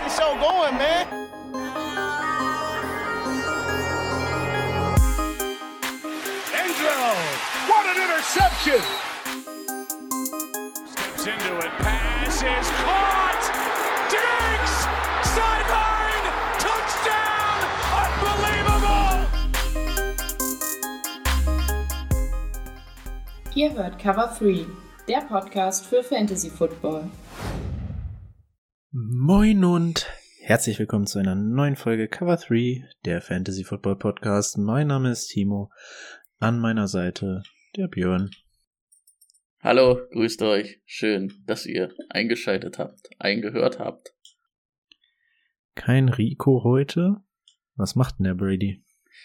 show going, man. Angelo, what an interception! Steps into it, pass is caught! Diggs! Sideline! Touchdown! Unbelievable! Ihr hört Cover 3, der Podcast für Fantasy Football. Moin und herzlich willkommen zu einer neuen Folge Cover 3, der Fantasy Football Podcast. Mein Name ist Timo, an meiner Seite der Björn. Hallo, grüßt euch. Schön, dass ihr eingehört habt. Kein Rico heute? Was macht denn der Brady?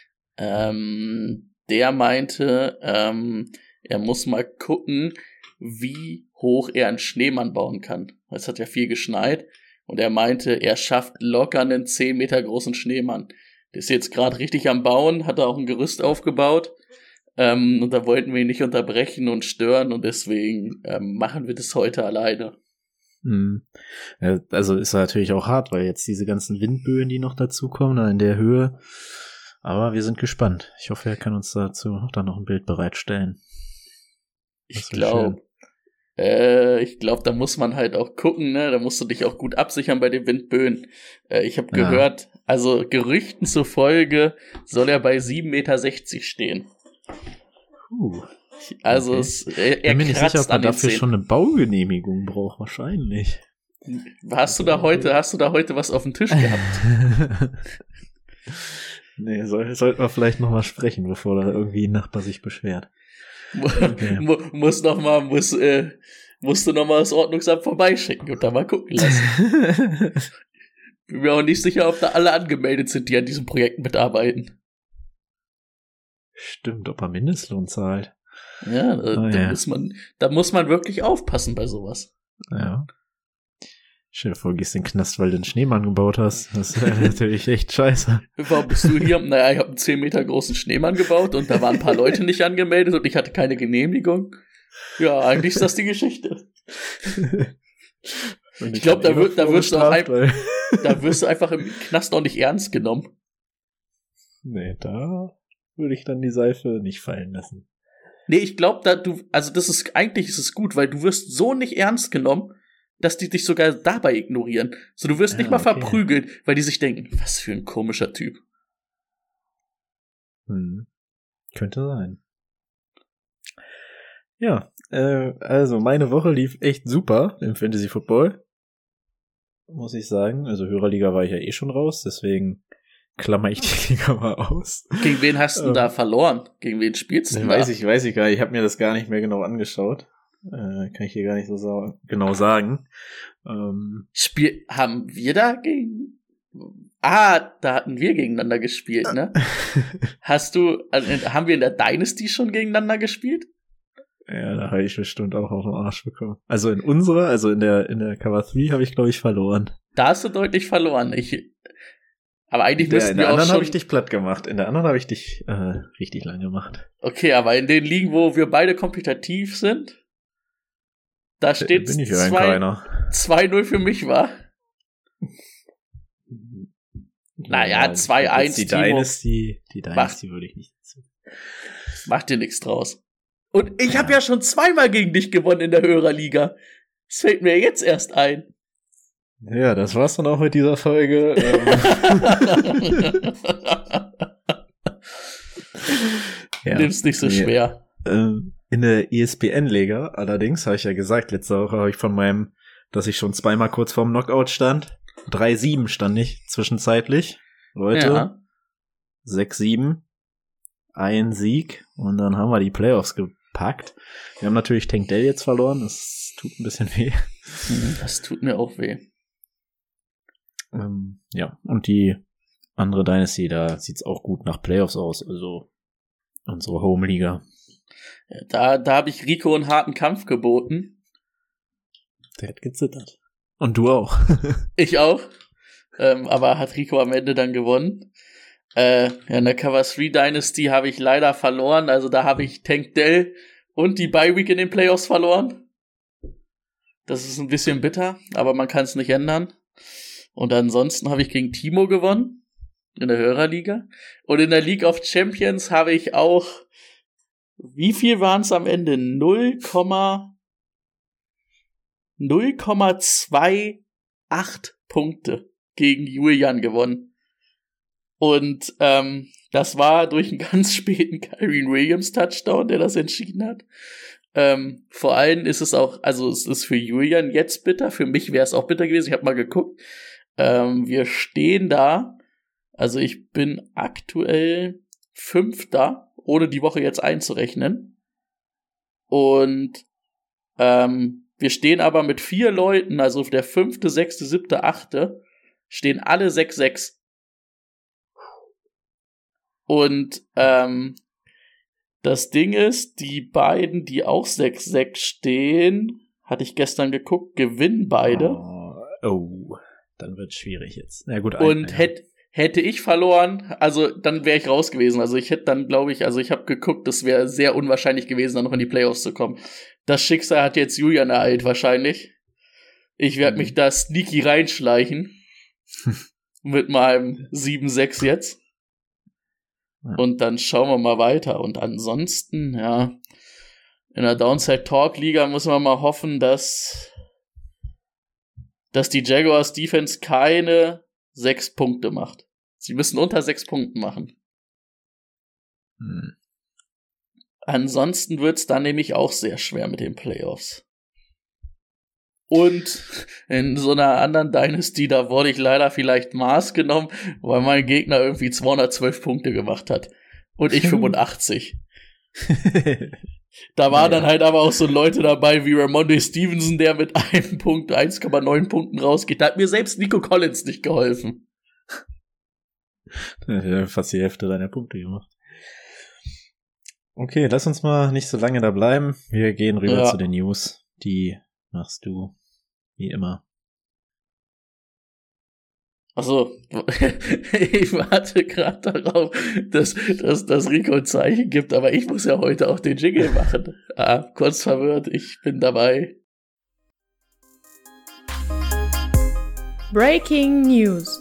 Der meinte, er muss mal gucken, wie hoch er einen Schneemann bauen kann. Es hat ja viel geschneit und er meinte, er schafft locker einen 10 Meter großen Schneemann. Der ist jetzt gerade richtig am Bauen, hat da auch ein Gerüst aufgebaut und da wollten wir ihn nicht unterbrechen und stören und deswegen machen wir das heute alleine. Also ist natürlich auch hart, weil jetzt diese ganzen Windböen, die noch dazukommen, da in der Höhe. Aber wir sind gespannt. Ich hoffe, er kann uns dazu auch dann noch ein Bild bereitstellen. Ich glaube, da muss man halt auch gucken, ne? Da musst du dich auch gut absichern bei den Windböen. Ich habe gehört, also Gerüchten zufolge soll er bei 7,60 Meter stehen. Also okay. Er bin mir nicht sicher, ob man dafür 10. schon eine Baugenehmigung braucht, wahrscheinlich. Hast du da heute was auf dem Tisch gehabt? Nee, sollten wir vielleicht noch mal sprechen, bevor da irgendwie ein Nachbar sich beschwert. Okay. Musst du noch mal das Ordnungsamt vorbeischicken und da mal gucken lassen. Bin mir auch nicht sicher, ob da alle angemeldet sind, die an diesem Projekt mitarbeiten. Stimmt, ob er Mindestlohn zahlt. Ja, da muss man wirklich aufpassen bei sowas. Ja. Stell dir vor, du gehst in den Knast, weil du einen Schneemann gebaut hast. Das ist natürlich echt scheiße. Warum bist du hier? Naja, ich habe einen 10 Meter großen Schneemann gebaut und da waren ein paar Leute nicht angemeldet und ich hatte keine Genehmigung. Ja, eigentlich ist das die Geschichte. Ich glaube, da wirst du einfach im Knast auch nicht ernst genommen. Nee, da würde ich dann die Seife nicht fallen lassen. Nee, ich glaube, eigentlich ist es gut, weil du wirst so nicht ernst genommen, dass die dich sogar dabei ignorieren. So, du wirst nicht mal verprügelt, weil die sich denken, was für ein komischer Typ. Könnte sein. Ja, also meine Woche lief echt super im Fantasy Football. Muss ich sagen. Also Hörerliga war ich ja eh schon raus, deswegen klammer ich die Liga mal aus. Gegen wen hast du da verloren? Gegen wen spielst du da? Weiß ich gar nicht. Ich habe mir das gar nicht mehr genau angeschaut. Kann ich hier gar nicht so genau sagen. Haben wir da da hatten wir gegeneinander gespielt, ne? Haben wir in der Dynasty schon gegeneinander gespielt? Ja, da habe ich bestimmt auch auf den Arsch bekommen. Also in der Cover 3 habe ich, glaube ich, verloren. Da hast du deutlich verloren. Aber eigentlich müssten wir auch schon... In der anderen habe ich dich platt gemacht. In der anderen habe ich dich richtig lang gemacht. Okay, aber in den Ligen, wo wir beide kompetitiv sind, da steht 2-0 für mich, wa? Naja, 2-1. Die Dynasty würde ich nicht dazu. Macht dir nichts draus. Und ich habe ja schon 2-mal gegen dich gewonnen in der Hörerliga. Das fällt mir jetzt erst ein. Ja, das war's dann auch mit dieser Folge. Nimm's nicht so schwer. In der ESPN-Liga allerdings, habe ich ja gesagt, letzte Woche habe ich dass ich schon 2-mal kurz vorm Knockout stand. 3-7 stand ich zwischenzeitlich. Leute, 6-7, ein Sieg und dann haben wir die Playoffs gepackt. Wir haben natürlich Tank Dell jetzt verloren, das tut ein bisschen weh. Das tut mir auch weh. Ja, und die andere Dynasty, da sieht's auch gut nach Playoffs aus, also unsere Home-Liga. Da habe ich Rico einen harten Kampf geboten. Der hat gezittert. Und du auch. Ich auch. Aber hat Rico am Ende dann gewonnen. In der Cover 3 Dynasty habe ich leider verloren. Also da habe ich Tank Dell und die Bye Week in den Playoffs verloren. Das ist ein bisschen bitter, aber man kann es nicht ändern. Und ansonsten habe ich gegen Timo gewonnen. In der Hörerliga. Und in der League of Champions habe ich auch, wie viel waren es am Ende? 0,28 Punkte gegen Julian gewonnen. Und das war durch einen ganz späten Kyrie Williams Touchdown, der das entschieden hat. Vor allem ist es auch, also es ist für Julian jetzt bitter, für mich wäre es auch bitter gewesen, ich habe mal geguckt. Wir stehen da, also ich bin aktuell 5. ohne die Woche jetzt einzurechnen. Und wir stehen aber mit 4 Leuten, also der 5., 6., 7., 8., stehen alle 6-6. Und das Ding ist, die beiden, die auch 6-6 stehen, hatte ich gestern geguckt, gewinnen beide. Oh, dann wird's schwierig jetzt. Ja, gut. Und hätte ich verloren, also dann wäre ich raus gewesen. Also ich hätte dann, glaube ich, also ich habe geguckt, das wäre sehr unwahrscheinlich gewesen, dann noch in die Playoffs zu kommen. Das Schicksal hat jetzt Julian ereilt wahrscheinlich. Ich werde mich da sneaky reinschleichen. Mit meinem 7-6 jetzt. Und dann schauen wir mal weiter. Und ansonsten, ja, in der Downside Talk Liga muss man mal hoffen, dass die Jaguars Defense keine 6 Punkte macht. Sie müssen unter 6 Punkten machen. Ansonsten wird's dann nämlich auch sehr schwer mit den Playoffs. Und in so einer anderen Dynasty, da wurde ich leider vielleicht Maß genommen, weil mein Gegner irgendwie 212 Punkte gemacht hat. Und ich 85. Da waren dann halt aber auch so Leute dabei wie Ramondre Stevenson, der mit 1,9 Punkten rausgeht. Da hat mir selbst Nico Collins nicht geholfen. Ja, fast die Hälfte deiner Punkte gemacht. Okay, lass uns mal nicht so lange da bleiben. Wir gehen rüber zu den News. Die machst du wie immer. Also, ich warte gerade darauf, dass Rico ein Zeichen gibt, aber ich muss ja heute auch den Jingle machen. Kurz verwirrt, ich bin dabei. Breaking News.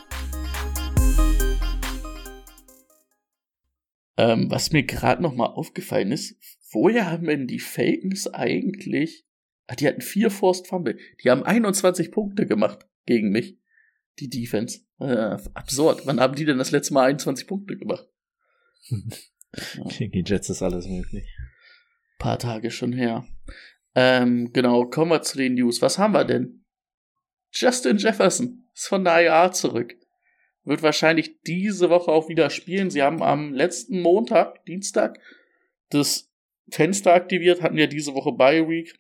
Was mir gerade noch mal aufgefallen ist, woher haben denn die Falcons eigentlich... die hatten 4 Forced Fumble. Die haben 21 Punkte gemacht gegen mich. Die Defense. Absurd. Wann haben die denn das letzte Mal 21 Punkte gemacht? Gegen die Jets ist alles möglich. Paar Tage schon her. Genau, kommen wir zu den News. Was haben wir denn? Justin Jefferson ist von der IR zurück. Wird wahrscheinlich diese Woche auch wieder spielen. Sie haben am letzten Montag, Dienstag, das Fenster aktiviert, hatten ja diese Woche Bye Week.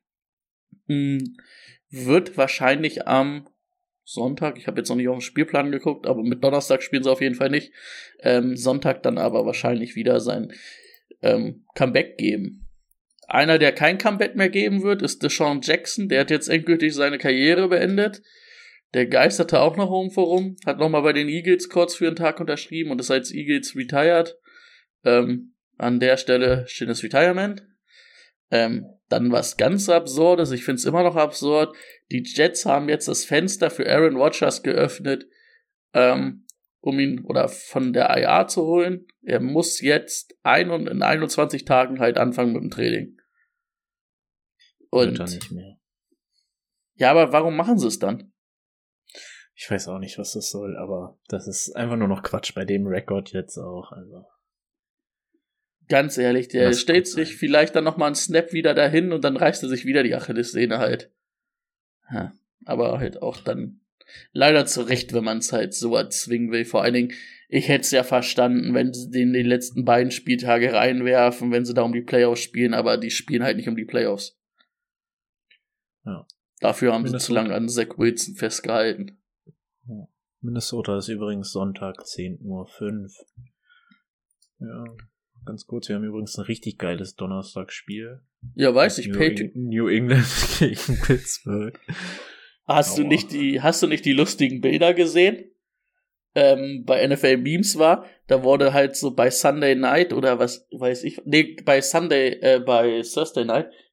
Wird wahrscheinlich am Sonntag, ich habe jetzt noch nicht auf den Spielplan geguckt, aber mit Donnerstag spielen sie auf jeden Fall nicht. Sonntag dann aber wahrscheinlich wieder sein Comeback geben. Einer, der kein Comeback mehr geben wird, ist Deshaun Jackson. Der hat jetzt endgültig seine Karriere beendet. Der geisterte auch noch rum, hat nochmal bei den Eagles kurz für einen Tag unterschrieben und ist als Eagles retired. An der Stelle schönes Retirement. Dann was ganz Absurdes, ich finde es immer noch absurd, die Jets haben jetzt das Fenster für Aaron Rodgers geöffnet, um ihn oder von der IR zu holen. Er muss jetzt in 21 Tagen halt anfangen mit dem Training. Und Wird er nicht mehr. Ja, aber warum machen sie es dann? Ich weiß auch nicht, was das soll, aber das ist einfach nur noch Quatsch bei dem Rekord jetzt auch, also. Ganz ehrlich, der stellt sich vielleicht dann nochmal einen Snap wieder dahin und dann reißt er sich wieder die Achillessehne halt. Ja, aber halt auch dann leider zurecht, wenn man es halt so erzwingen will. Vor allen Dingen, ich hätte es ja verstanden, wenn sie den die letzten beiden Spieltage reinwerfen, wenn sie da um die Playoffs spielen, aber die spielen halt nicht um die Playoffs. Ja. Dafür haben sie zu lange an Zach Wilson festgehalten. Ja. Minnesota ist übrigens Sonntag 10:05 Uhr. Ja. Ganz kurz, wir haben übrigens ein richtig geiles Donnerstagsspiel. Ja, weiß ich, New England gegen Pittsburgh. Hast du nicht die lustigen Bilder gesehen? Bei NFL Memes da wurde halt so bei Sunday Night oder was weiß ich, bei Thursday Night,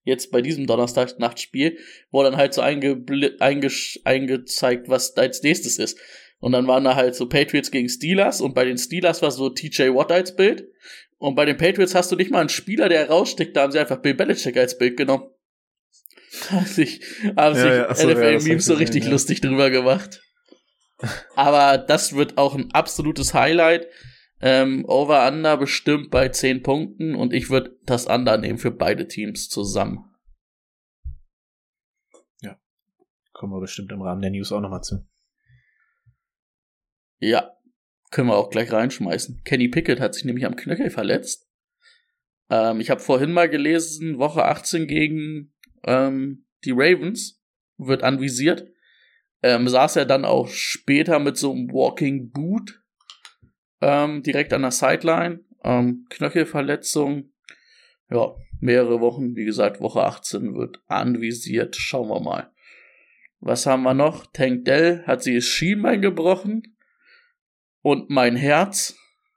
jetzt bei diesem Donnerstag-Nachtspiel, wo dann halt so eingezeigt, was als nächstes ist. Und dann waren da halt so Patriots gegen Steelers und bei den Steelers war so TJ Watt als Bild. Und bei den Patriots hast du nicht mal einen Spieler, der heraussteckt, da haben sie einfach Bill Belichick als Bild genommen. Haben sich NFL-Memes so richtig lustig drüber gemacht. Aber das wird auch ein absolutes Highlight. Over-Under bestimmt bei 10 Punkten und ich würde das Under nehmen für beide Teams zusammen. Ja, kommen wir bestimmt im Rahmen der News auch nochmal zu. Ja, können wir auch gleich reinschmeißen. Kenny Pickett hat sich nämlich am Knöchel verletzt. Ich habe vorhin mal gelesen, Woche 18 gegen die Ravens wird anvisiert. Saß er dann auch später mit so einem Walking Boot direkt an der Sideline. Knöchelverletzung. Ja, mehrere Wochen. Wie gesagt, Woche 18 wird anvisiert. Schauen wir mal. Was haben wir noch? Tank Dell hat sich das Schienbein gebrochen. Und mein Herz.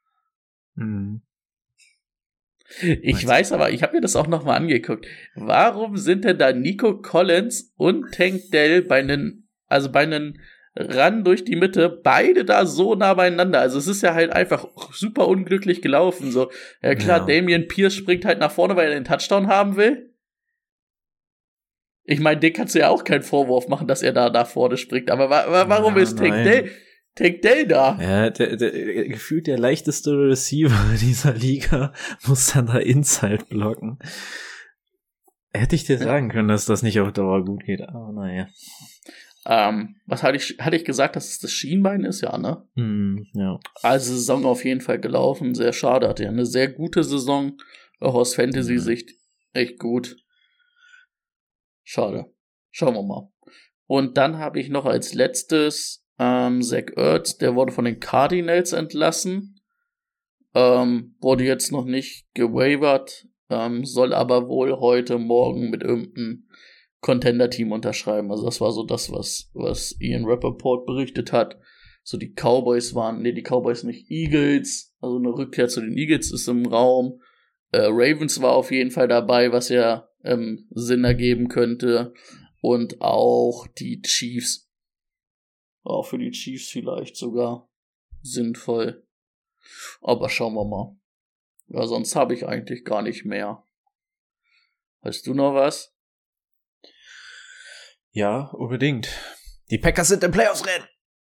Ich weiß aber, ich habe mir das auch nochmal angeguckt. Warum sind denn da Nico Collins und Tank Dell bei einem Run durch die Mitte, beide da so nah beieinander? Also es ist ja halt einfach super unglücklich gelaufen. So, ja klar, ja. Damian Pierce springt halt nach vorne, weil er den Touchdown haben will. Ich meine, den kannst du ja auch keinen Vorwurf machen, dass er da nach vorne springt. Aber warum ist Tank Dell da? Ja, der gefühlt der leichteste Receiver dieser Liga muss dann da Inside blocken. Hätte ich dir sagen können, dass das nicht auf Dauer gut geht, aber naja. Was hatte ich gesagt, dass es das Schienbein ist? Ja, ne? Ja. Also Saison auf jeden Fall gelaufen, sehr schade. Hatte ja eine sehr gute Saison, auch aus Fantasy-Sicht echt gut. Schade. Schauen wir mal. Und dann habe ich noch als letztes Zach Ertz, der wurde von den Cardinals entlassen. Wurde jetzt noch nicht gewaivert, soll aber wohl heute Morgen mit irgendeinem Contender-Team unterschreiben. Also das war so das, was Ian Rappaport berichtet hat. So die Cowboys nicht, Eagles. Also eine Rückkehr zu den Eagles ist im Raum. Ravens war auf jeden Fall dabei, was ja Sinn ergeben könnte. Und auch die Chiefs. Auch für die Chiefs vielleicht sogar sinnvoll. Aber schauen wir mal. Ja, sonst habe ich eigentlich gar nicht mehr. Weißt du noch was? Ja, unbedingt. Die Packers sind im Playoffs-Rennen.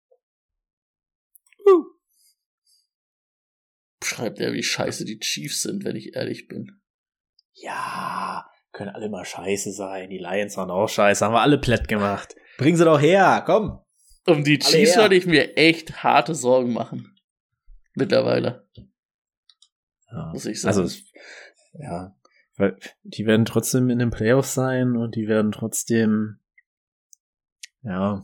Schreibt er, wie scheiße die Chiefs sind, wenn ich ehrlich bin. Ja, können alle mal scheiße sein. Die Lions waren auch scheiße. Haben wir alle platt gemacht. Bringen sie doch her, komm. Um die Chiefs sollte ich mir echt harte Sorgen machen. Mittlerweile. Ja. Muss ich sagen. Also, ja. Weil die werden trotzdem in den Playoffs sein und die werden trotzdem, ja,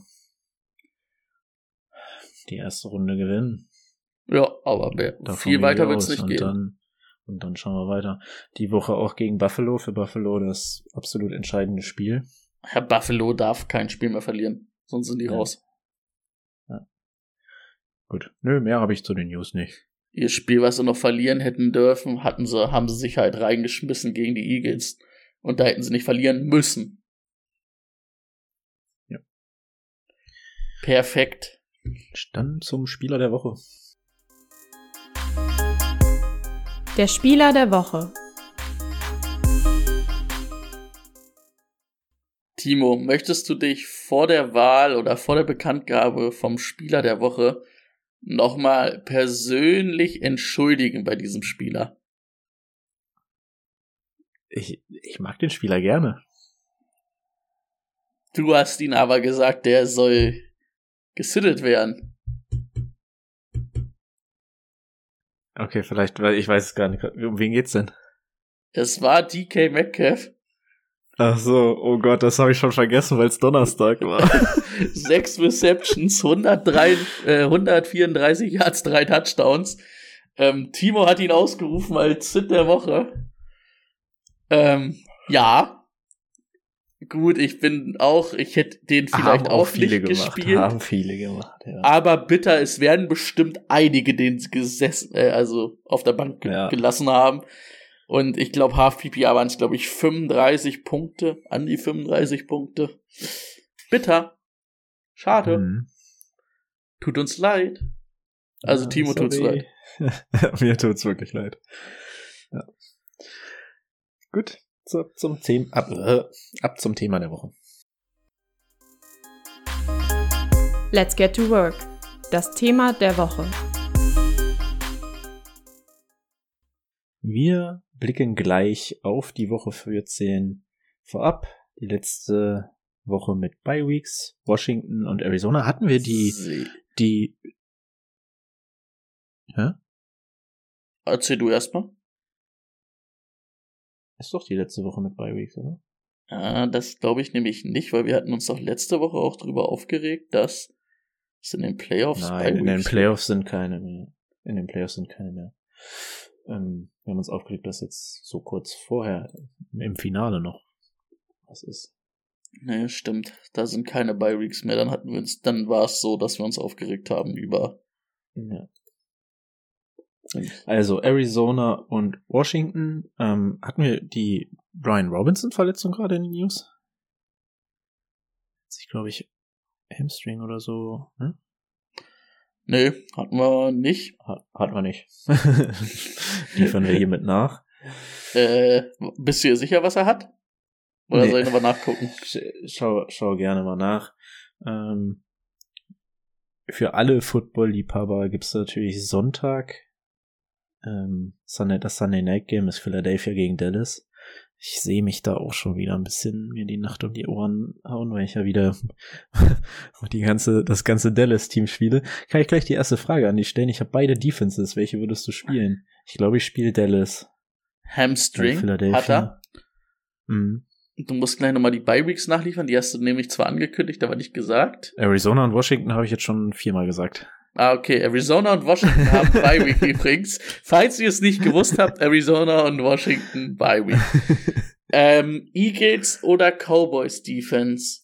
die erste Runde gewinnen. Ja, aber viel weiter wird's nicht gehen. Und dann schauen wir weiter. Die Woche auch gegen Buffalo. Für Buffalo das absolut entscheidende Spiel. Herr Buffalo darf kein Spiel mehr verlieren. Sonst sind die raus. Ja. Gut. Nö, mehr habe ich zu den News nicht. Ihr Spiel, was sie noch verlieren hätten dürfen, haben sie sich halt reingeschmissen gegen die Eagles. Und da hätten sie nicht verlieren müssen. Ja. Perfekt. Dann zum Spieler der Woche. Der Spieler der Woche. Timo, möchtest du dich vor der Wahl oder vor der Bekanntgabe vom Spieler der Woche nochmal persönlich entschuldigen bei diesem Spieler? Ich mag den Spieler gerne. Du hast ihn aber gesagt, der soll gesittet werden. Okay, vielleicht, weil ich weiß es gar nicht. Um wen geht's denn? Es war DK Metcalf. Ach so, oh Gott, das habe ich schon vergessen, weil es Donnerstag war. 6 Receptions, 134 Yards, 3 Touchdowns. Timo hat ihn ausgerufen als Sit der Woche. Ja. Gut, ich hätte den vielleicht auch nicht gespielt. Haben viele gemacht, ja. Aber bitter, es werden bestimmt einige den auf der Bank gelassen haben. Und ich glaube, Half-PPA waren es, glaube ich, 35 Punkte, an die 35 Punkte. Bitter. Schade. Tut uns leid. Also ja, Timo tut's leid. Mir tut's wirklich leid. Ja. Gut, ab zum Thema der Woche. Let's get to work. Das Thema der Woche. Wir blicken gleich auf die Woche 14 vorab. Die letzte Woche mit Bye Weeks, Washington und Arizona. Hatten wir die Hä? Erzähl du erstmal. Ist doch die letzte Woche mit Bye Weeks, oder? Das glaube ich nämlich nicht, weil wir hatten uns doch letzte Woche auch drüber aufgeregt, dass es in den Playoffs Nein, in den Playoffs sind keine mehr. Wir haben uns aufgeregt, dass jetzt so kurz vorher im Finale noch was ist. Nee, stimmt. Da sind keine Bye Weeks mehr. Dann war es so, dass wir uns aufgeregt haben über. Ja. Also Arizona und Washington. Hatten wir die Brian Robinson-Verletzung gerade in den News? Hat sich, glaube ich, Hamstring oder so, ne? Nee, hatten wir nicht. Hatten wir nicht. Liefern wir hiermit nach. Bist du dir sicher, was er hat? Oder soll ich nochmal nachgucken? Schau gerne mal nach. Für alle Football-Liebhaber gibt's natürlich Sonntag. Das Sunday Night Game ist Philadelphia gegen Dallas. Ich sehe mich da auch schon wieder ein bisschen mir die Nacht um die Ohren hauen, weil ich ja wieder das ganze Dallas-Team spiele. Kann ich gleich die erste Frage an dich stellen? Ich habe beide Defenses. Welche würdest du spielen? Ich glaube, ich spiele Dallas. Hamstring hat er. Mhm. Du musst gleich nochmal die Bye-Weeks nachliefern. Die hast du nämlich zwar angekündigt, aber nicht gesagt. Arizona und Washington habe ich jetzt schon 4-mal gesagt. Okay. Arizona und Washington haben Bye-Week übrigens. Falls ihr es nicht gewusst habt, Arizona und Washington Bye-Week. Eagles oder Cowboys Defense?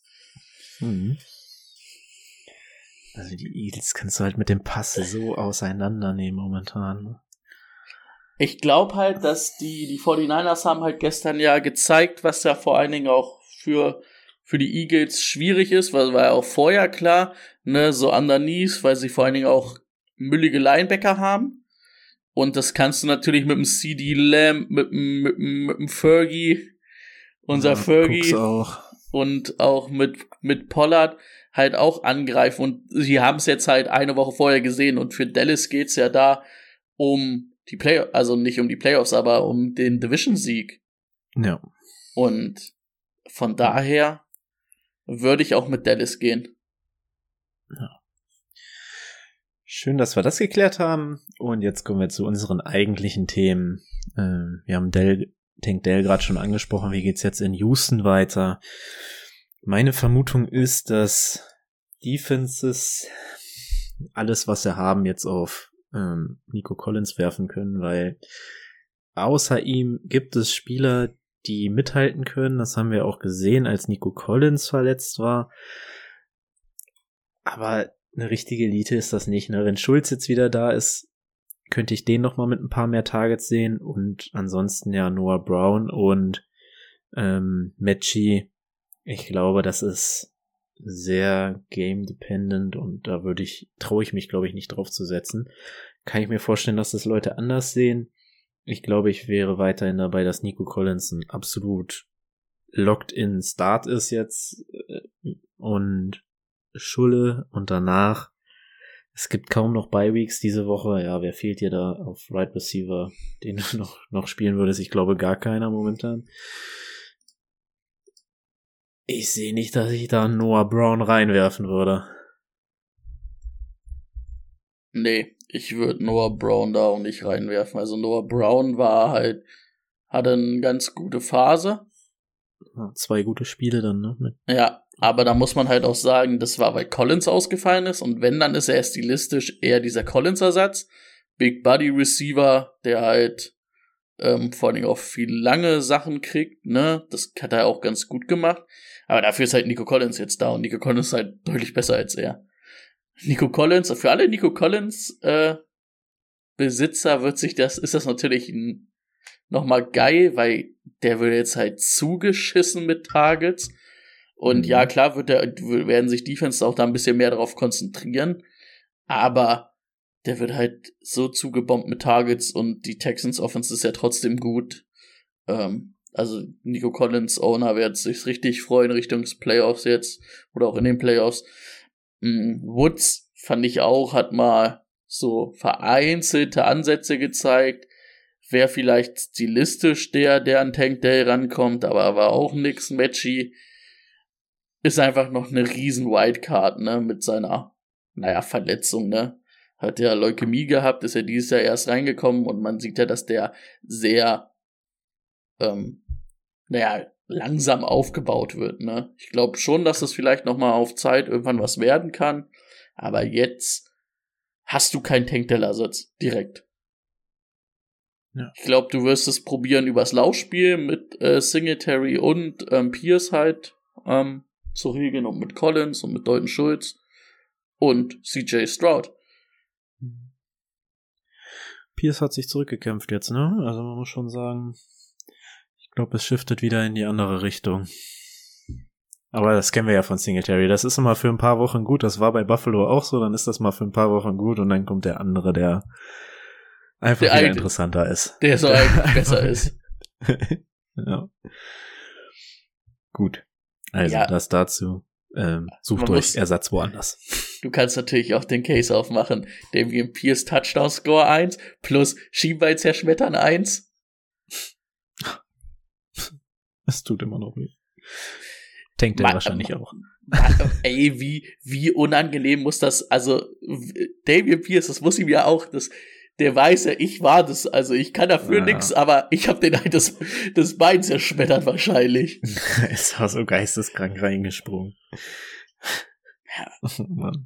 Also die Eagles kannst du halt mit dem Pass so auseinandernehmen momentan. Ich glaube halt, dass die 49ers haben halt gestern ja gezeigt, was ja vor allen Dingen auch für die Eagles schwierig ist, weil war ja auch vorher klar, ne, so underneath, weil sie vor allen Dingen auch müllige Linebacker haben. Und das kannst du natürlich mit dem CD Lamb, mit dem Fergie, Fergie auch. Und auch mit Pollard halt auch angreifen. Und sie haben es jetzt halt eine Woche vorher gesehen. Und für Dallas geht's ja da um die Playoffs, also nicht um die Playoffs, aber um den Division-Sieg. Ja. Und von daher würde ich auch mit Dallas gehen. Ja. Schön, dass wir das geklärt haben. Und jetzt kommen wir zu unseren eigentlichen Themen. Wir haben Tank Dell gerade schon angesprochen. Wie geht's jetzt in Houston weiter? Meine Vermutung ist, dass Defenses alles, was sie haben, jetzt auf Nico Collins werfen können, weil außer ihm gibt es Spieler, die mithalten können. Das haben wir auch gesehen, als Nico Collins verletzt war. Aber eine richtige Elite ist das nicht, ne? Wenn Schulz jetzt wieder da ist, könnte ich den noch mal mit ein paar mehr Targets sehen. Und ansonsten ja Noah Brown und Mechie. Ich glaube, das ist sehr game-dependent und da traue ich mich, glaube ich, nicht drauf zu setzen. Kann ich mir vorstellen, dass das Leute anders sehen. Ich glaube, ich wäre weiterhin dabei, dass Nico Collins ein absolut locked-in Start ist jetzt und Schulle und danach, es gibt kaum noch Bye-Weeks diese Woche. Ja, wer fehlt dir da auf Right Receiver, den du noch spielen würdest? Ich glaube, gar keiner momentan. Ich sehe nicht, dass ich da Noah Brown reinwerfen würde. Nee, ich würde Noah Brown da auch nicht reinwerfen. Also Noah Brown hatte eine ganz gute Phase. 2 gute Spiele dann, ne? Ja, aber da muss man halt auch sagen, das war, weil Collins ausgefallen ist. Und wenn, dann ist er stilistisch eher dieser Collins-Ersatz. Big Body Receiver, der halt vor allen Dingen auch viel lange Sachen kriegt, ne? Das hat er auch ganz gut gemacht. Aber dafür ist halt Nico Collins jetzt da und Nico Collins ist halt deutlich besser als er. Nico Collins, für alle Nico Collins Besitzer ist das natürlich ein nochmal geil, weil der wird jetzt halt zugeschissen mit Targets. Und ja, klar werden sich Defense auch da ein bisschen mehr darauf konzentrieren. Aber der wird halt so zugebombt mit Targets und die Texans Offense ist ja trotzdem gut. Also Nico Collins, Owner, wird sich richtig freuen Richtung Playoffs jetzt oder auch in den Playoffs. Woods fand ich auch, hat mal so vereinzelte Ansätze gezeigt. Wäre vielleicht stilistisch der an Tank Dell rankommt, aber war auch nix matchy. Ist einfach noch eine riesen Wildcard, ne, mit seiner, Verletzung, ne. Hat ja Leukämie gehabt, ist ja dieses Jahr erst reingekommen und man sieht ja, dass der sehr, langsam aufgebaut wird, ne. Ich glaube schon, dass das vielleicht noch mal auf Zeit irgendwann was werden kann, aber jetzt hast du keinen Tank Dell-Ersatz direkt. Ja. Ich glaube, du wirst es probieren übers Laufspiel mit Singletary und Pierce halt zu regeln und mit Collins und mit Dalton Schultz und CJ Stroud. Pierce hat sich zurückgekämpft jetzt, ne? Also man muss schon sagen, ich glaube, es shiftet wieder in die andere Richtung. Aber das kennen wir ja von Singletary. Das ist immer für ein paar Wochen gut. Das war bei Buffalo auch so. Dann ist das mal für ein paar Wochen gut und dann kommt der andere, der einfach wieder interessanter ist. Der so eigentlich besser ist. Ja. Gut. Also das dazu. Sucht euch Ersatz woanders. Du kannst natürlich auch den Case aufmachen. Dameon Pierce Touchdown Score 1 plus Schienbein zerschmettern 1. Es tut immer noch weh. Denkt er wahrscheinlich auch. Ey, wie unangenehm muss das, also Dameon Pierce, das muss ihm ja auch, der weiß ja, ich war das, also ich kann dafür nix, aber ich hab den halt das Bein zerschmettert wahrscheinlich. Es war so geisteskrank reingesprungen. Ja. Oh Mann.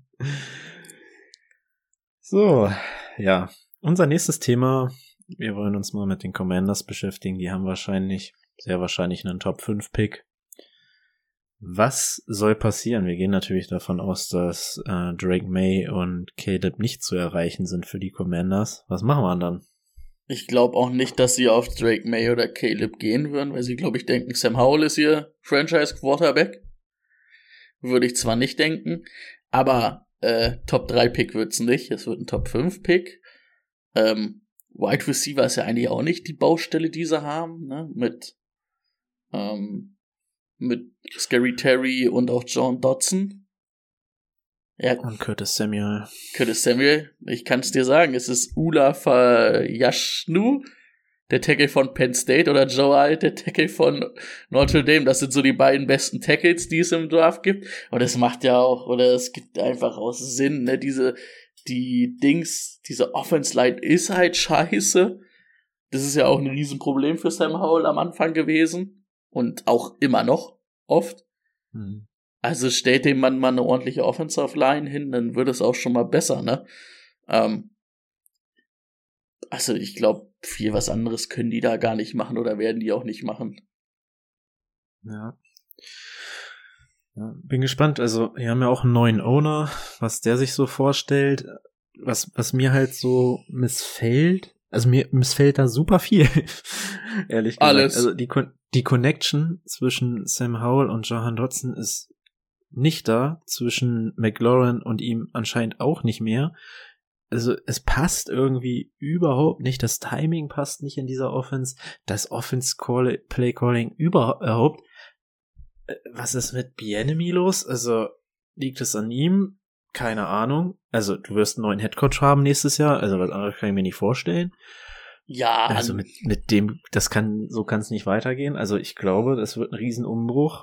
So, ja. Unser nächstes Thema, wir wollen uns mal mit den Commanders beschäftigen, die haben sehr wahrscheinlich einen Top-5-Pick. Was soll passieren? Wir gehen natürlich davon aus, dass Drake May und Caleb nicht zu erreichen sind für die Commanders. Was machen wir dann? Ich glaube auch nicht, dass sie auf Drake May oder Caleb gehen würden, weil sie, glaube ich, denken, Sam Howell ist ihr Franchise-Quarterback. Würde ich zwar nicht denken, aber Top-3-Pick wird's nicht. Es wird ein Top-5-Pick. Wide Receiver ist ja eigentlich auch nicht die Baustelle, die sie haben, ne? Mit Scary Terry und auch John Dodson. Ja. Und Curtis Samuel. Ich kann's dir sagen, es ist Ula Yashnu, der Tackle von Penn State, oder Joe Alt, der Tackle von Notre Dame. Das sind so die beiden besten Tackles, die es im Draft gibt. Und es macht ja auch, oder es gibt einfach auch Sinn, ne, diese Offense Line ist halt scheiße. Das ist ja auch ein Riesenproblem für Sam Howell am Anfang gewesen. Und auch immer noch oft. Also stellt dem Mann mal eine ordentliche Offensive Line hin, dann wird es auch schon mal besser, ne? Also ich glaube, viel was anderes können die da gar nicht machen oder werden die auch nicht machen. Ja. Bin gespannt. Also, wir haben ja auch einen neuen Owner, was der sich so vorstellt. Was mir halt so missfällt, also mir missfällt da super viel, ehrlich gesagt. Alles. Also die Connection zwischen Sam Howell und Jahan Dotson ist nicht da, zwischen McLaurin und ihm anscheinend auch nicht mehr. Also es passt irgendwie überhaupt nicht, das Timing passt nicht in dieser Offense, das Offense-Play-Calling überhaupt. Was ist mit Bieniemy los? Also liegt es an ihm? Keine Ahnung. Also du wirst einen neuen Headcoach haben nächstes Jahr, also was anderes kann ich mir nicht vorstellen. Ja. Also mit dem, so kann es nicht weitergehen. Also ich glaube, das wird ein Riesenumbruch.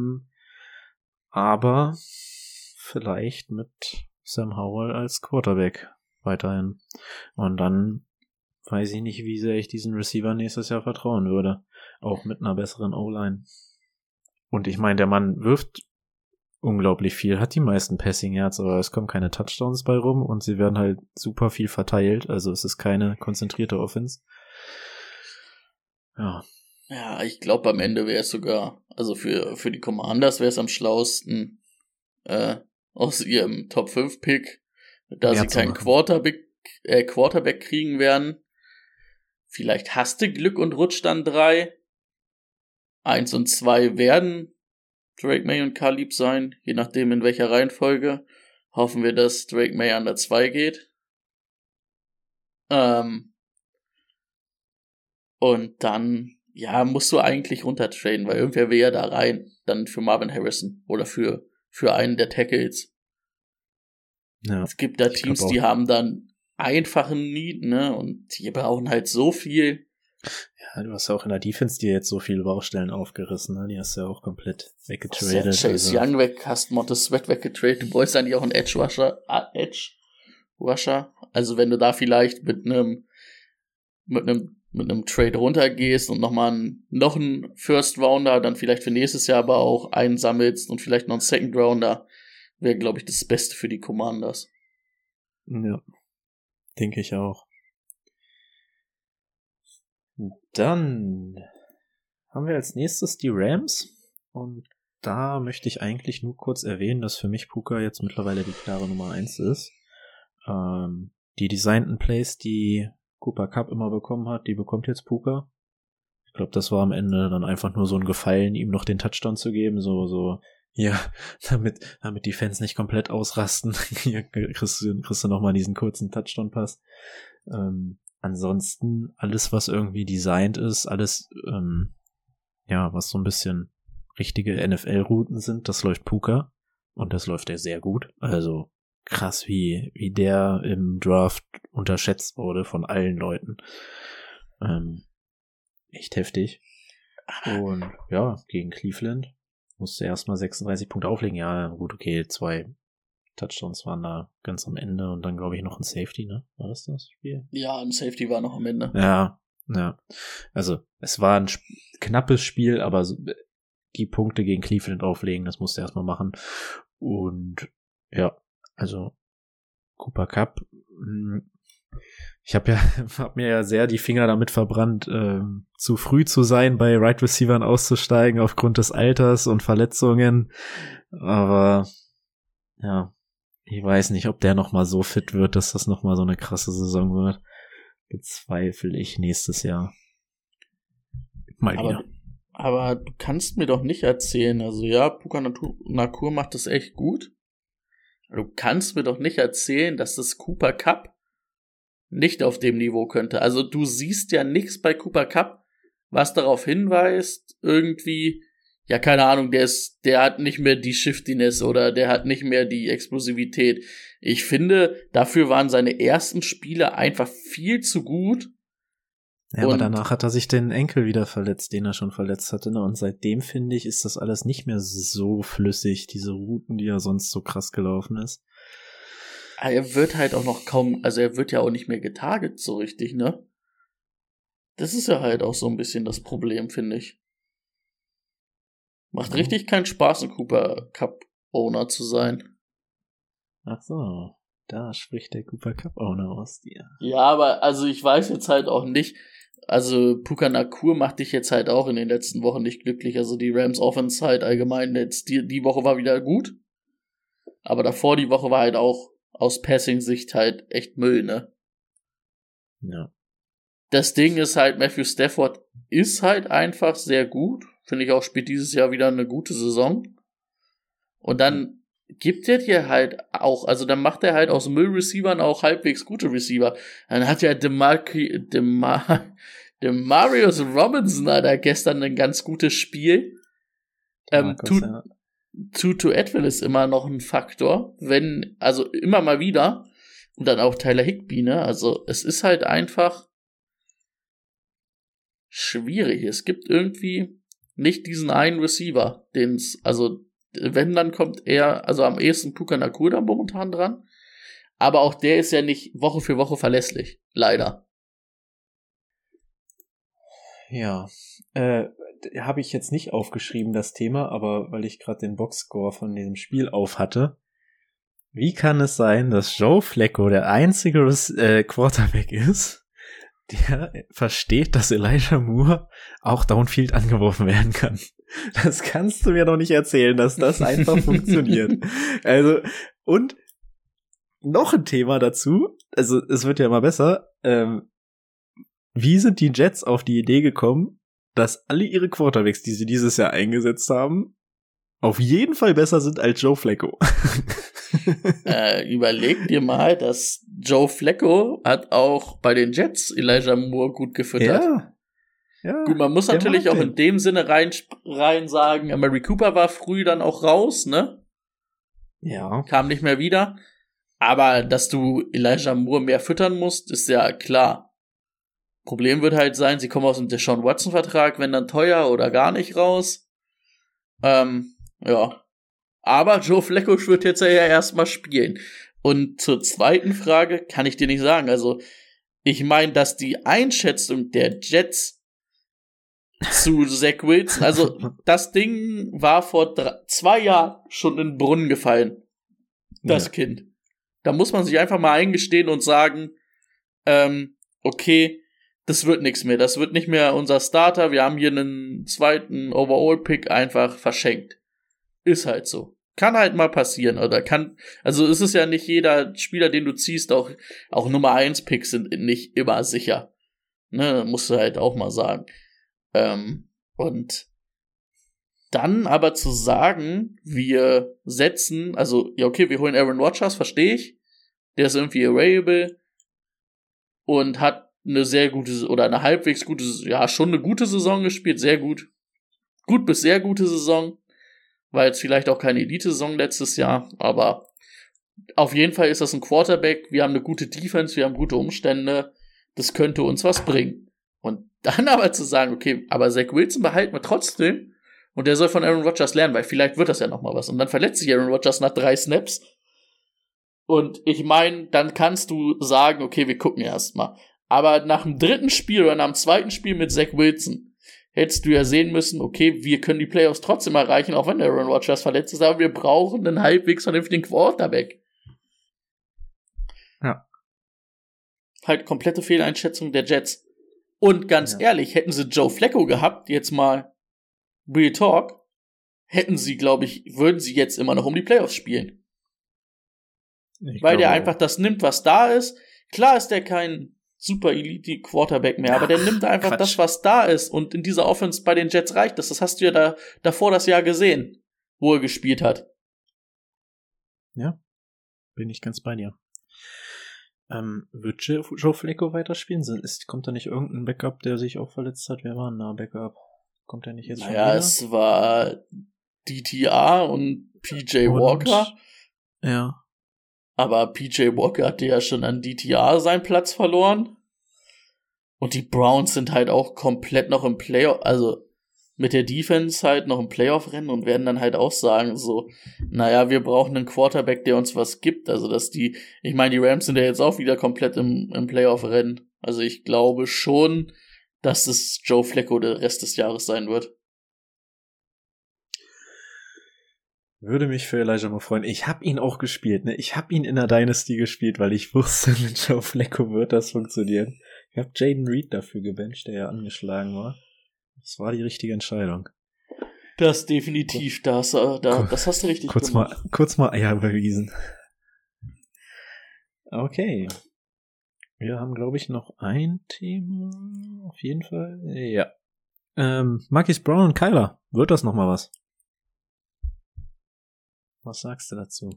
Aber vielleicht mit Sam Howell als Quarterback weiterhin. Und dann weiß ich nicht, wie sehr ich diesen Receiver nächstes Jahr vertrauen würde. Auch mit einer besseren O-Line. Und ich meine, der Mann wirft unglaublich viel, hat die meisten Passing Yards, aber es kommen keine Touchdowns bei rum und sie werden halt super viel verteilt. Also es ist keine konzentrierte Offense. Ja. Ja, ich glaube, am Ende wäre es sogar, also für die Commanders wäre es am schlauesten, aus ihrem Top-5-Pick, da sie keinen Quarterback kriegen werden, Vielleicht hast du Glück und rutscht dann 3. 1 und 2 werden Drake May und Khalib sein, je nachdem in welcher Reihenfolge. Hoffen wir, dass Drake May an der 2 geht. Und dann, ja, musst du eigentlich runtertraden, weil irgendwer will ja da rein, dann für Marvin Harrison oder für einen der Tackles. Ja, es gibt da Teams, die haben dann einfachen Need, ne, und die brauchen halt so viel. Ja, du hast ja auch in der Defense dir jetzt so viele Baustellen aufgerissen, ne? Die hast du ja auch komplett weggetradet. Hast Chase Young weg, hast Montez Sweat weggetradet, du brauchst eigentlich auch einen Edge Rusher. Also wenn du da vielleicht mit einem Trade runtergehst und noch einen First Rounder, dann vielleicht für nächstes Jahr aber auch einen sammelst und vielleicht noch einen Second Rounder, wäre, glaube ich, das Beste für die Commanders. Ja, denke ich auch. Dann haben wir als nächstes die Rams und da möchte ich eigentlich nur kurz erwähnen, dass für mich Puka jetzt mittlerweile die klare Nummer 1 ist. Die designten Plays, die Cooper Kupp immer bekommen hat, die bekommt jetzt Puka. Ich glaube, das war am Ende dann einfach nur so ein Gefallen, ihm noch den Touchdown zu geben, so, ja, damit die Fans nicht komplett ausrasten. Hier kriegst du nochmal diesen kurzen Touchdown-Pass. Ansonsten alles, was irgendwie designt ist, alles, was so ein bisschen richtige NFL-Routen sind, das läuft Puka und das läuft er sehr gut. Also krass, wie der im Draft unterschätzt wurde von allen Leuten. Echt heftig. Und ja, gegen Cleveland musste erstmal 36 Punkte auflegen. Ja, gut, okay, 2 Touchdowns waren da ganz am Ende und dann, glaube ich, noch ein Safety, ne? War das Spiel? Ja, ein Safety war noch am Ende. Ja. Also, es war ein knappes Spiel, aber die Punkte gegen Cleveland auflegen, das musste er erstmal machen. Und ja, also Cooper Kupp, ich hab mir ja sehr die Finger damit verbrannt, zu früh zu sein, bei Right Receivern auszusteigen aufgrund des Alters und Verletzungen. Aber ja, ich weiß nicht, ob der nochmal so fit wird, dass das nochmal so eine krasse Saison wird. Bezweifle ich nächstes Jahr. Mal wieder. Aber du kannst mir doch nicht erzählen, also ja, Puka Nacua macht das echt gut. Du kannst mir doch nicht erzählen, dass das Cooper Kupp nicht auf dem Niveau könnte. Also du siehst ja nichts bei Cooper Kupp, was darauf hinweist, irgendwie, ja, keine Ahnung, der hat nicht mehr die Shiftiness oder der hat nicht mehr die Explosivität. Ich finde, dafür waren seine ersten Spiele einfach viel zu gut. Ja, aber danach hat er sich den Enkel wieder verletzt, den er schon verletzt hatte, ne? Und seitdem, finde ich, ist das alles nicht mehr so flüssig, diese Routen, die er sonst so krass gelaufen ist. Er wird halt auch noch kaum, also er wird ja auch nicht mehr getarget so richtig, ne? Das ist ja halt auch so ein bisschen das Problem, finde ich. Macht richtig keinen Spaß, ein Cooper Kupp Owner zu sein. Ach so, da spricht der Cooper Kupp Owner aus dir. Ja, aber also ich weiß jetzt halt auch nicht, also Puka Nacua macht dich jetzt halt auch in den letzten Wochen nicht glücklich. Also die Rams Offense halt allgemein jetzt, die Woche war wieder gut. Aber davor die Woche war halt auch aus Passing-Sicht halt echt Müll, ne? Ja. Das Ding ist halt, Matthew Stafford ist halt einfach sehr gut. Finde ich auch, spielt dieses Jahr wieder eine gute Saison. Und dann gibt er dir halt auch, also dann macht er halt aus Müll-Receivern auch halbwegs gute Receiver. Dann hat ja Demarius Robinson, Alter, gestern ein ganz gutes Spiel. Tutu Atwell ist immer noch ein Faktor, also immer mal wieder. Und dann auch Tyler Higbee, ne? Also es ist halt einfach schwierig. Es gibt irgendwie nicht diesen einen Receiver, also wenn, dann kommt er, also am ehesten Puka Nacua da momentan dran. Aber auch der ist ja nicht Woche für Woche verlässlich. Leider. Ja. Habe ich jetzt nicht aufgeschrieben, das Thema, aber weil ich gerade den Boxscore von diesem Spiel auf hatte. Wie kann es sein, dass Joe Flacco der einzige Quarterback ist, der versteht, dass Elijah Moore auch Downfield angeworfen werden kann? Das kannst du mir doch nicht erzählen, dass das einfach funktioniert. Also, und noch ein Thema dazu, also es wird ja immer besser, wie sind die Jets auf die Idee gekommen, dass alle ihre Quarterbacks, die sie dieses Jahr eingesetzt haben, auf jeden Fall besser sind als Joe Flacco? Überleg dir mal, dass Joe Flacco hat auch bei den Jets Elijah Moore gut gefüttert. Ja. Gut, man muss natürlich auch in dem Sinne rein sagen, Mary Cooper war früh dann auch raus, ne? Ja. Kam nicht mehr wieder. Aber dass du Elijah Moore mehr füttern musst, ist ja klar. Problem wird halt sein, sie kommen aus dem Deshaun Watson-Vertrag, wenn dann teuer oder gar nicht raus. Ja. Aber Joe Flacco wird jetzt ja erstmal spielen. Und zur zweiten Frage kann ich dir nicht sagen. Also, ich meine, dass die Einschätzung der Jets zu Zach Wilson, also das Ding war vor 2 Jahren schon in den Brunnen gefallen. Das Kind. Da muss man sich einfach mal eingestehen und sagen, okay, das wird nichts mehr. Das wird nicht mehr unser Starter. Wir haben hier einen zweiten Overall-Pick einfach verschenkt. Ist halt so. Kann halt mal passieren. Also es ist ja nicht jeder Spieler, den du ziehst, auch Nummer 1 Picks sind nicht immer sicher. Ne, musst du halt auch mal sagen. Und dann aber zu sagen, wir setzen, also, ja, okay, wir holen Aaron Rodgers, verstehe ich. Der ist irgendwie available und hat eine sehr gute oder eine halbwegs gute, ja, schon eine gute Saison gespielt, sehr gut. Gut bis sehr gute Saison. War jetzt vielleicht auch keine Elite-Saison letztes Jahr, aber auf jeden Fall ist das ein Quarterback. Wir haben eine gute Defense, wir haben gute Umstände. Das könnte uns was bringen. Und dann aber zu sagen, okay, aber Zach Wilson behalten wir trotzdem und der soll von Aaron Rodgers lernen, weil vielleicht wird das ja noch mal was. Und dann verletzt sich Aaron Rodgers nach 3 Snaps. Und ich meine, dann kannst du sagen, okay, wir gucken erst mal. Aber nach dem 3. Spiel oder nach dem 2. Spiel mit Zach Wilson hättest du ja sehen müssen, okay, wir können die Playoffs trotzdem erreichen, auch wenn Aaron Rodgers verletzt ist, aber wir brauchen einen halbwegs vernünftigen Quarterback. Ja. Halt komplette Fehleinschätzung der Jets. Und ganz ehrlich, hätten sie Joe Flacco gehabt, jetzt mal Real Talk, würden sie jetzt immer noch um die Playoffs spielen. Weil der einfach das nimmt, was da ist. Klar ist der kein super Elite-Quarterback mehr, aber der nimmt einfach das, was da ist. Und in dieser Offense bei den Jets reicht das. Das hast du ja davor das Jahr gesehen, wo er gespielt hat. Ja, bin ich ganz bei dir. Wird Joe Flacco weiterspielen? Kommt da nicht irgendein Backup, der sich auch verletzt hat? Wer war denn da Backup? Kommt der nicht jetzt schon wieder? Ja, es war DTA und PJ Walker. Ja. Aber PJ Walker hatte ja schon an DTA seinen Platz verloren. Und die Browns sind halt auch komplett noch im Playoff, also mit der Defense halt noch im Playoff-Rennen und werden dann halt auch sagen so, naja, wir brauchen einen Quarterback, der uns was gibt. Also ich meine, die Rams sind ja jetzt auch wieder komplett im Playoff-Rennen. Also ich glaube schon, dass es Joe Flacco der Rest des Jahres sein wird. Würde mich für Elijah mal freuen. Ich habe ihn auch gespielt, ne? Ich habe ihn in der Dynasty gespielt, weil ich wusste, mit Joe Flacco wird das funktionieren. Ich habe Jaden Reed dafür gebencht, der ja angeschlagen war. Das war die richtige Entscheidung. Das definitiv, das hast du richtig gemacht. Kurz mal Eier bewiesen. Okay. Wir haben, glaube ich, noch ein Thema. Auf jeden Fall. Ja. Marquise Brown und Kyler. Wird das noch mal was? Was sagst du dazu?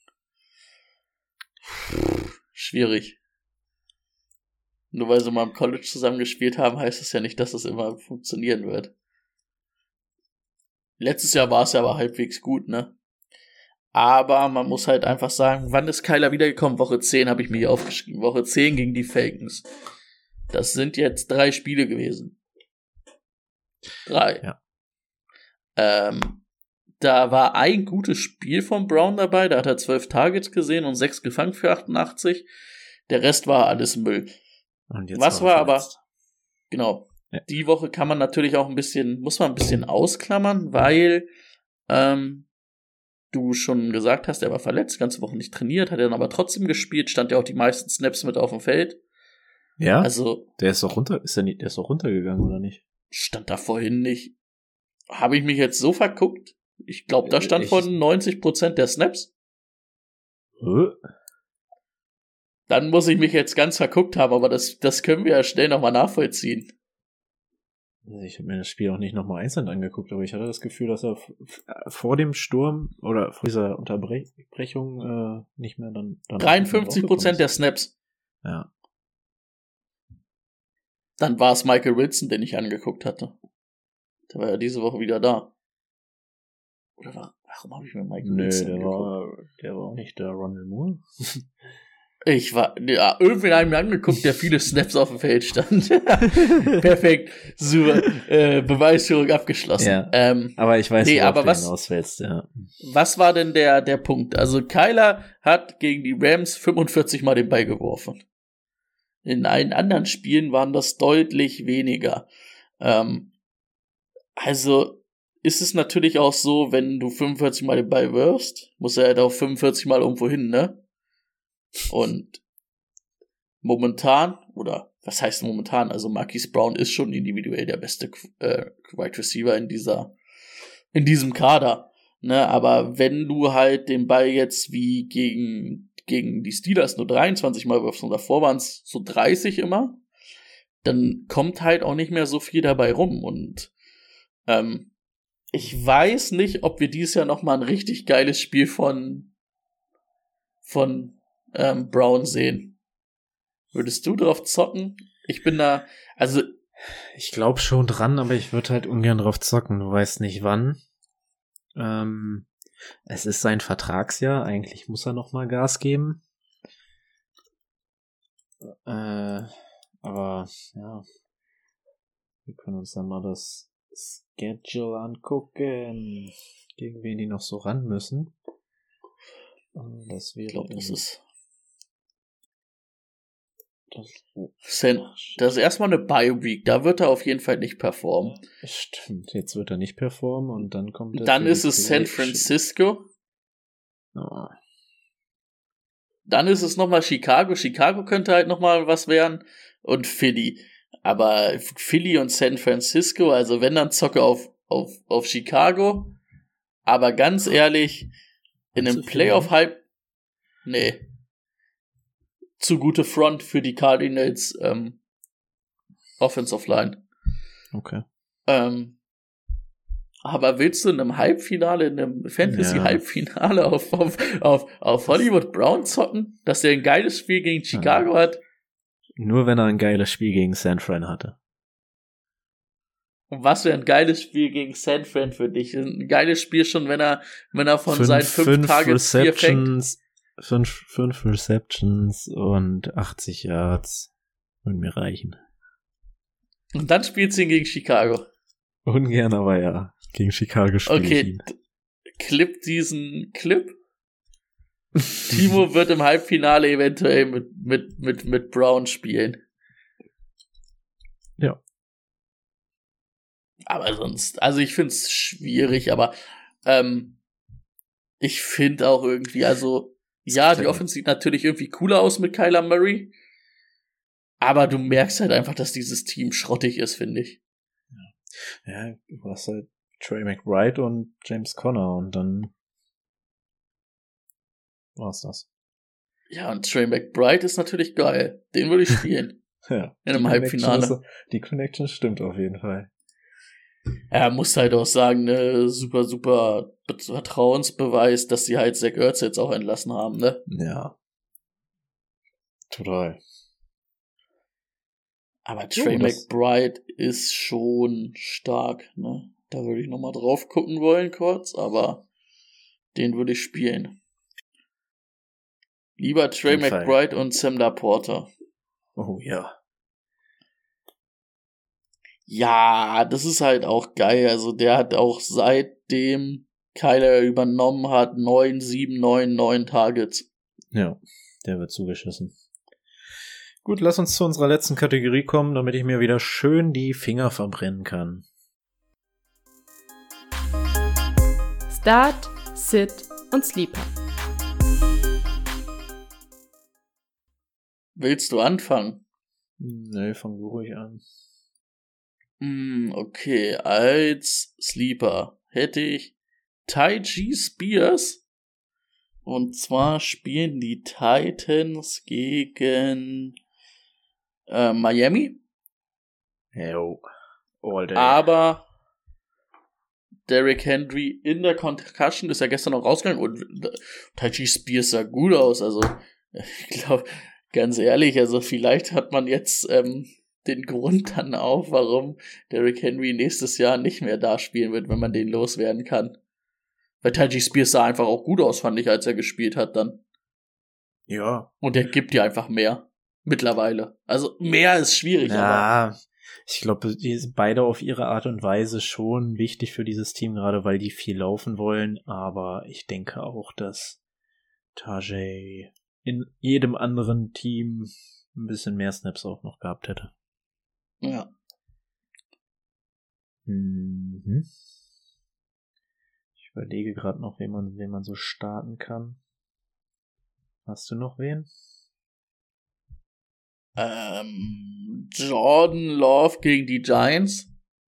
Schwierig. Nur weil sie mal im College zusammen gespielt haben, heißt das ja nicht, dass es immer funktionieren wird. Letztes Jahr war es ja aber halbwegs gut, ne? Aber man muss halt einfach sagen, wann ist Kyler wiedergekommen? Woche 10 habe ich mir hier aufgeschrieben. Woche 10 gegen die Falcons. Das sind jetzt 3 Spiele gewesen. 3. Ja. Da war ein gutes Spiel von Brown dabei, da hat er 12 Targets gesehen und 6 gefangen für 88. Der Rest war alles Müll. Und jetzt Was war aber, genau, ja. Die Woche kann man natürlich auch muss man ein bisschen ausklammern, weil du schon gesagt hast, er war verletzt, ganze Woche nicht trainiert, hat er dann aber trotzdem gespielt, stand ja auch die meisten Snaps mit auf dem Feld. Ja? Also, der ist doch runtergegangen, oder nicht? Stand da vorhin nicht. Habe ich mich jetzt so verguckt? Ich glaube, da stand von 90% der Snaps. Dann muss ich mich jetzt ganz verguckt haben, aber das können wir ja schnell nochmal nachvollziehen. Ich habe mir das Spiel auch nicht nochmal einzeln angeguckt, aber ich hatte das Gefühl, dass er vor dem Sturm oder vor dieser Unterbrechung nicht mehr dann 53% der Snaps. Ja. Dann war es Michael Wilson, den ich angeguckt hatte. Der war ja diese Woche wieder da. Oder warum habe ich mir Michael Wilson angeguckt? Der war auch nicht der Ronald Moore. Irgendwen haben wir angeguckt, der viele Snaps auf dem Feld stand. Perfekt. Super. Beweisführung abgeschlossen. Ja, aber ich weiß, worauf du hinausfällst, ja. Was war denn der Punkt? Also Kyler hat gegen die Rams 45 Mal den Ball geworfen. In allen anderen Spielen waren das deutlich weniger. Also ist es natürlich auch so, wenn du 45 Mal den Ball wirfst, muss er halt auch 45 Mal irgendwo hin, ne? Und momentan, oder was heißt momentan, also Marquise Brown ist schon individuell der beste Wide Receiver in diesem Kader, ne, aber wenn du halt den Ball jetzt wie gegen die Steelers nur 23 Mal wirfst und davor waren es so 30 immer, dann kommt halt auch nicht mehr so viel dabei rum und ich weiß nicht, ob wir dieses Jahr noch mal ein richtig geiles Spiel von Brown sehen. Würdest du drauf zocken? Ich bin da, also ich glaube schon dran, aber ich würde halt ungern drauf zocken. Du weißt nicht wann. Es ist sein Vertragsjahr. Eigentlich muss er noch mal Gas geben. Aber ja, wir können uns dann mal das Schedule angucken, gegen wen die noch so ran müssen. Das wäre, ich glaube, das ist erstmal eine Bye-Week, da wird er auf jeden Fall nicht performen. Stimmt, jetzt wird er nicht performen und dann kommt er. Dann ist es San Francisco. Oh. Dann ist es nochmal Chicago. Chicago könnte halt nochmal was werden. Und Philly. Aber Philly und San Francisco, also wenn, dann zocke auf Chicago. Aber ganz ehrlich, in einem Playoff-Hype, nee. Zu gute Front für die Cardinals Offensive Line. Okay. Aber willst du in einem Halbfinale, in einem Fantasy-Halbfinale auf Hollywood Brown zocken, dass der ein geiles Spiel gegen Chicago hat? Nur wenn er ein geiles Spiel gegen San Fran hatte. Und was wäre ein geiles Spiel gegen San Fran für dich? Ein geiles Spiel schon, wenn er von seinen 5 Targets 4 fängt. 5 Receptions und 80 Yards würden mir reichen. Und dann spielt sie ihn gegen Chicago. Ungern, aber ja. Gegen Chicago spiele ich ihn. Clip diesen Clip. Timo wird im Halbfinale eventuell mit Brown spielen. Ja. Aber sonst, also ich find's schwierig, aber ich finde auch irgendwie, also ja, die Offense sieht natürlich irgendwie cooler aus mit Kyler Murray, aber du merkst halt einfach, dass dieses Team schrottig ist, finde ich. Ja, du hast halt Trey McBride und James Conner und dann war's das. Ja, und Trey McBride ist natürlich geil. Den würde ich spielen. Ja. In einem Halbfinale. Die Connection stimmt auf jeden Fall. Er muss halt auch sagen, ne, super, super Vertrauensbeweis, dass sie halt Zach Ertz jetzt auch entlassen haben, ne? Ja. Total. Aber Trey McBride ist schon stark, ne? Da würde ich nochmal drauf gucken wollen kurz, aber den würde ich spielen. Lieber Trey McBride und Sam Laporta. Oh ja. Ja, das ist halt auch geil. Also der hat auch seitdem Kyler übernommen hat 9 Targets. Ja, der wird zugeschissen. Gut, lass uns zu unserer letzten Kategorie kommen, damit ich mir wieder schön die Finger verbrennen kann. Start, Sit und Sleeper. Willst du anfangen? Nee, fang du ruhig an. Okay, als Sleeper hätte ich Ty G. Spears, Und zwar spielen die Titans gegen Miami. Jo. All day. Aber Derrick Henry in der Concussion ist ja gestern noch rausgegangen und Tyjae Spears sah gut aus. Also ich glaube, ganz ehrlich, also vielleicht hat man jetzt den Grund dann auch, warum Derrick Henry nächstes Jahr nicht mehr da spielen wird, wenn man den loswerden kann. Weil Tyjae Spears sah einfach auch gut aus, fand ich, als er gespielt hat dann. Ja. Und der gibt dir einfach mehr. Mittlerweile. Also mehr ist schwierig, aber Ja, ich glaube, die sind beide auf ihre Art und Weise schon wichtig für dieses Team, gerade weil die viel laufen wollen. Aber ich denke auch, dass Tyjae in jedem anderen Team ein bisschen mehr Snaps auch noch gehabt hätte. ja. Mhm. Ich überlege gerade noch, wen man so starten kann. Hast du noch wen? Jordan Love gegen die Giants.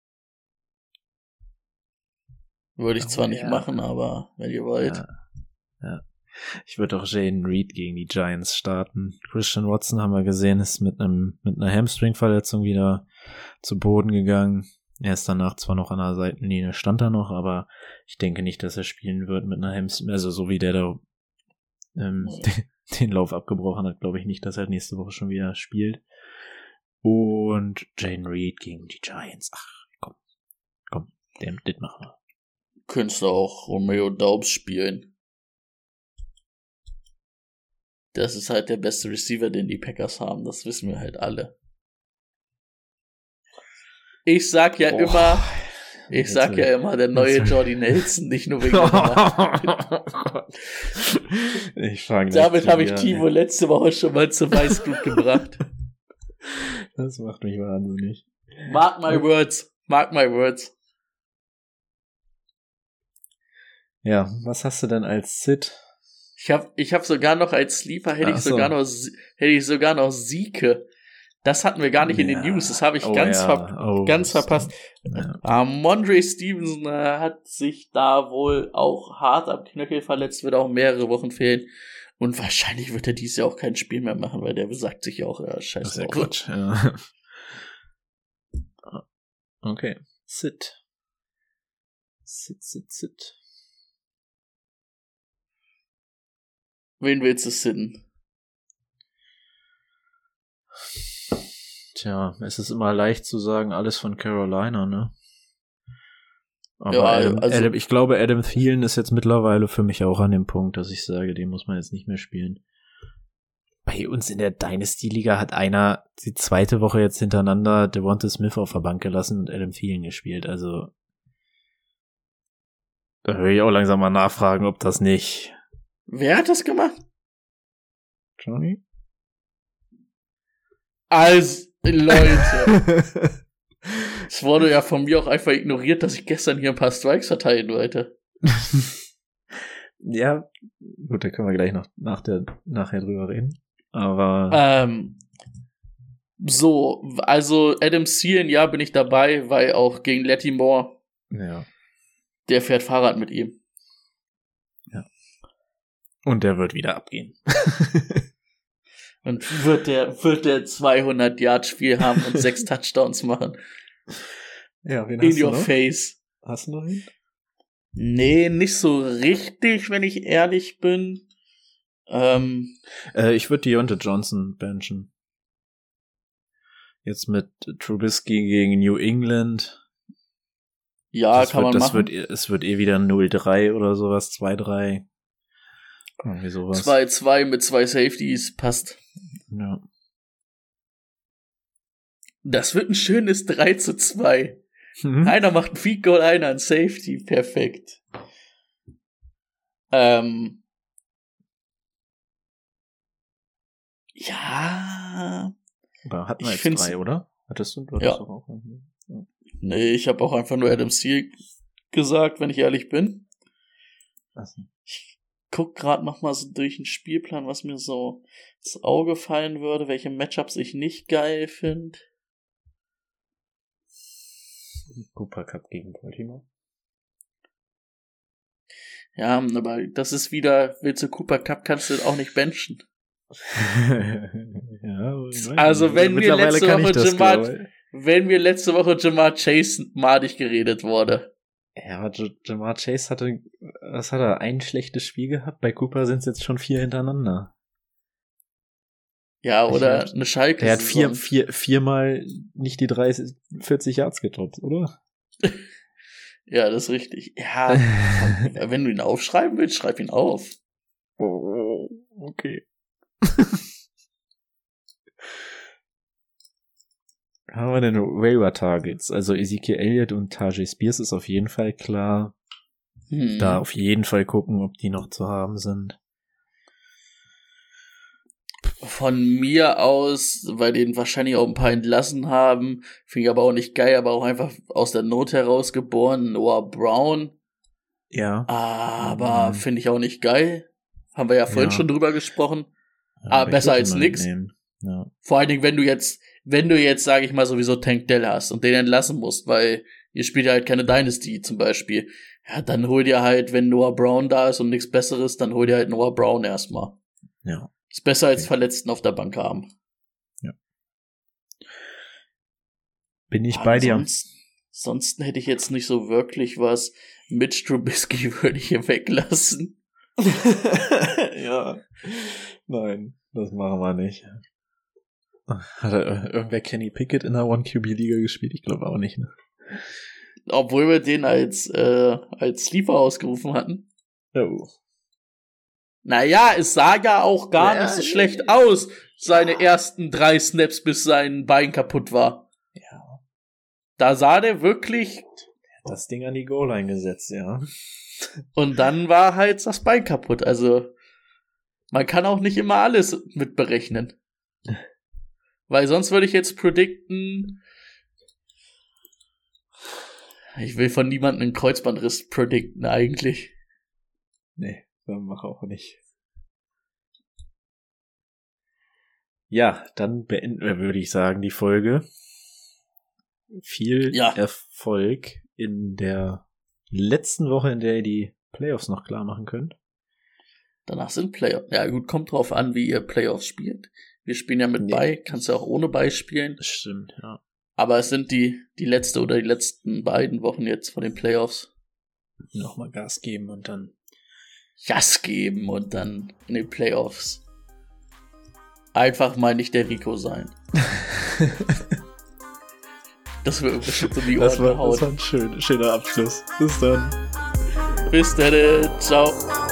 Würde ich zwar nicht machen, aber wenn ihr wollt. Ja. Ich würde auch Jayden Reed gegen die Giants starten. Christian Watson, haben wir gesehen, ist mit einer Hamstring-Verletzung wieder zu Boden gegangen. Er ist danach zwar noch an der Seitenlinie, stand da noch, aber ich denke nicht, dass er spielen wird mit einer Hamstring, also so wie der da den Lauf abgebrochen hat, glaube ich nicht, dass er nächste Woche schon wieder spielt. Und Jayden Reed gegen die Giants. Ach, komm, das machen wir. Könntest du auch Romeo Doubs spielen. Das ist halt der beste Receiver, den die Packers haben. Das wissen wir halt alle. Ich sag ja immer, der neue Jordy Nelson, nicht nur wegen der Nummer. Ich frage Damit habe ich Timo letzte Woche schon mal zu Weißblut gebracht. Das macht mich wahnsinnig. Mark my words. Ja, was hast du denn als Sit? Ich hab sogar noch als Sleeper hätte ich sogar noch Sieke. Das hatten wir gar nicht in den News. Das habe ich ganz verpasst. Ja. Mondre Stevenson hat sich da wohl auch hart am Knöchel verletzt, wird auch mehrere Wochen fehlen. Und wahrscheinlich wird er dieses Jahr auch kein Spiel mehr machen, weil der sagt sich ja auch, scheiße. Das ist ja Quatsch. Ja. Okay. Sit. Wen willst du sitten? Tja, es ist immer leicht zu sagen, alles von Carolina, ne? Aber ja, ich glaube, Adam Thielen ist jetzt mittlerweile für mich auch an dem Punkt, dass ich sage, den muss man jetzt nicht mehr spielen. Bei uns in der Dynasty-Liga hat einer die zweite Woche jetzt hintereinander Devonta Smith auf der Bank gelassen und Adam Thielen gespielt. Also da höre ich auch langsam mal nachfragen, ob das nicht... Wer hat das gemacht? Johnny? Also, Leute. Es wurde ja von mir auch einfach ignoriert, dass ich gestern hier ein paar Strikes verteilen wollte. Ja, gut, da können wir gleich nachher drüber reden. Aber so, also Adam Thielen, ja, bin ich dabei, weil auch gegen Lattimore, ja, der fährt Fahrrad mit ihm. Ja. Und der wird wieder abgehen. Und wird der 200-Yard-Spiel haben und 6 Touchdowns machen. Ja, wen In hast du your noch? face. Hast du noch einen? Nee, nicht so richtig, wenn ich ehrlich bin. Ich würde Deontay Johnson benchen. Jetzt mit Trubisky gegen New England. Ja, kann man machen. Es wird eh wieder 0-3 oder sowas, 2-3. Irgendwie sowas. 2-2 mit 2 Safeties, passt. Ja. Das wird ein schönes 3-2. Mhm. Einer macht ein Field Goal, einer ein Safety, perfekt. Ja. Aber hatten wir Ich jetzt 3, oder? Hattest du? Ja. Doch auch einen. Ja. Nee, ich habe auch einfach nur Adam Thielen gesagt, wenn ich ehrlich bin. Also. Ich guck gerade noch mal so durch den Spielplan, was mir so ins Auge fallen würde, welche Matchups ich nicht geil finde. Cooper Cup gegen Baltimore. Ja, aber das ist wieder, willst du Cooper Kupp, kannst du auch nicht benchen. Ja, also wenn mir letzte Woche Jamar Chase madig geredet wurde. Ja, aber Jamar Chase hatte ein schlechtes Spiel gehabt. Bei Cooper sind es jetzt schon 4 hintereinander. Ja, oder eine Schalke. Der hat viermal nicht die 40 Yards getoppt, oder? Ja, das ist richtig. Ja, wenn du ihn aufschreiben willst, schreib ihn auf. Oh, okay. Haben wir denn Waiver Targets? Also Ezekiel Elliott und Tajay Spears ist auf jeden Fall klar. Da auf jeden Fall gucken, ob die noch zu haben sind. Von mir aus, weil den wahrscheinlich auch ein paar entlassen haben, finde ich aber auch nicht geil, aber auch einfach aus der Not heraus geboren, Noah Brown. Ja. Aber finde ich auch nicht geil. Haben wir ja vorhin schon drüber gesprochen. Ja, aber besser als nix. Ja. Vor allen Dingen, wenn du jetzt, sage ich mal, sowieso Tank Dell hast und den entlassen musst, weil ihr spielt ja halt keine Dynasty zum Beispiel. Ja, dann hol dir halt, wenn Noah Brown da ist und nichts Besseres, dann hol dir halt Noah Brown erstmal. Ja. Ist besser als Verletzten auf der Bank haben. Ja. Bin ich bei dir. Ansonsten hätte ich jetzt nicht so wirklich was. Mitch Trubisky würde ich hier weglassen. Ja. Nein, das machen wir nicht. Hat irgendwer Kenny Pickett in der One-QB-Liga gespielt? Ich glaube auch nicht, ne? Obwohl wir den als Sleeper ausgerufen hatten. Oh. Naja, es sah ja auch gar nicht so schlecht aus, seine ersten 3 Snaps, bis sein Bein kaputt war. Ja. Da sah der wirklich... Das Ding an die Goal-Line gesetzt, ja. Und dann war halt das Bein kaputt. Also, man kann auch nicht immer alles mit berechnen. Weil sonst würde ich jetzt predikten... Ich will von niemandem einen Kreuzbandriss predikten, eigentlich. Nee. Mach auch nicht. Ja, dann beenden wir, würde ich sagen, die Folge. Viel Erfolg in der letzten Woche, in der ihr die Playoffs noch klar machen könnt. Danach sind Playoffs. Ja gut, kommt drauf an, wie ihr Playoffs spielt. Wir spielen ja mit Bye, kannst du auch ohne Bye spielen. Das stimmt, ja. Aber es sind die letzte oder die letzten beiden Wochen jetzt von den Playoffs. Nochmal Gas geben und dann in den Playoffs einfach mal nicht der Rico sein. Das wird bestimmt so die Ohren hauen. Das war ein schöner Abschluss. Bis dann. Bis dann. Ciao.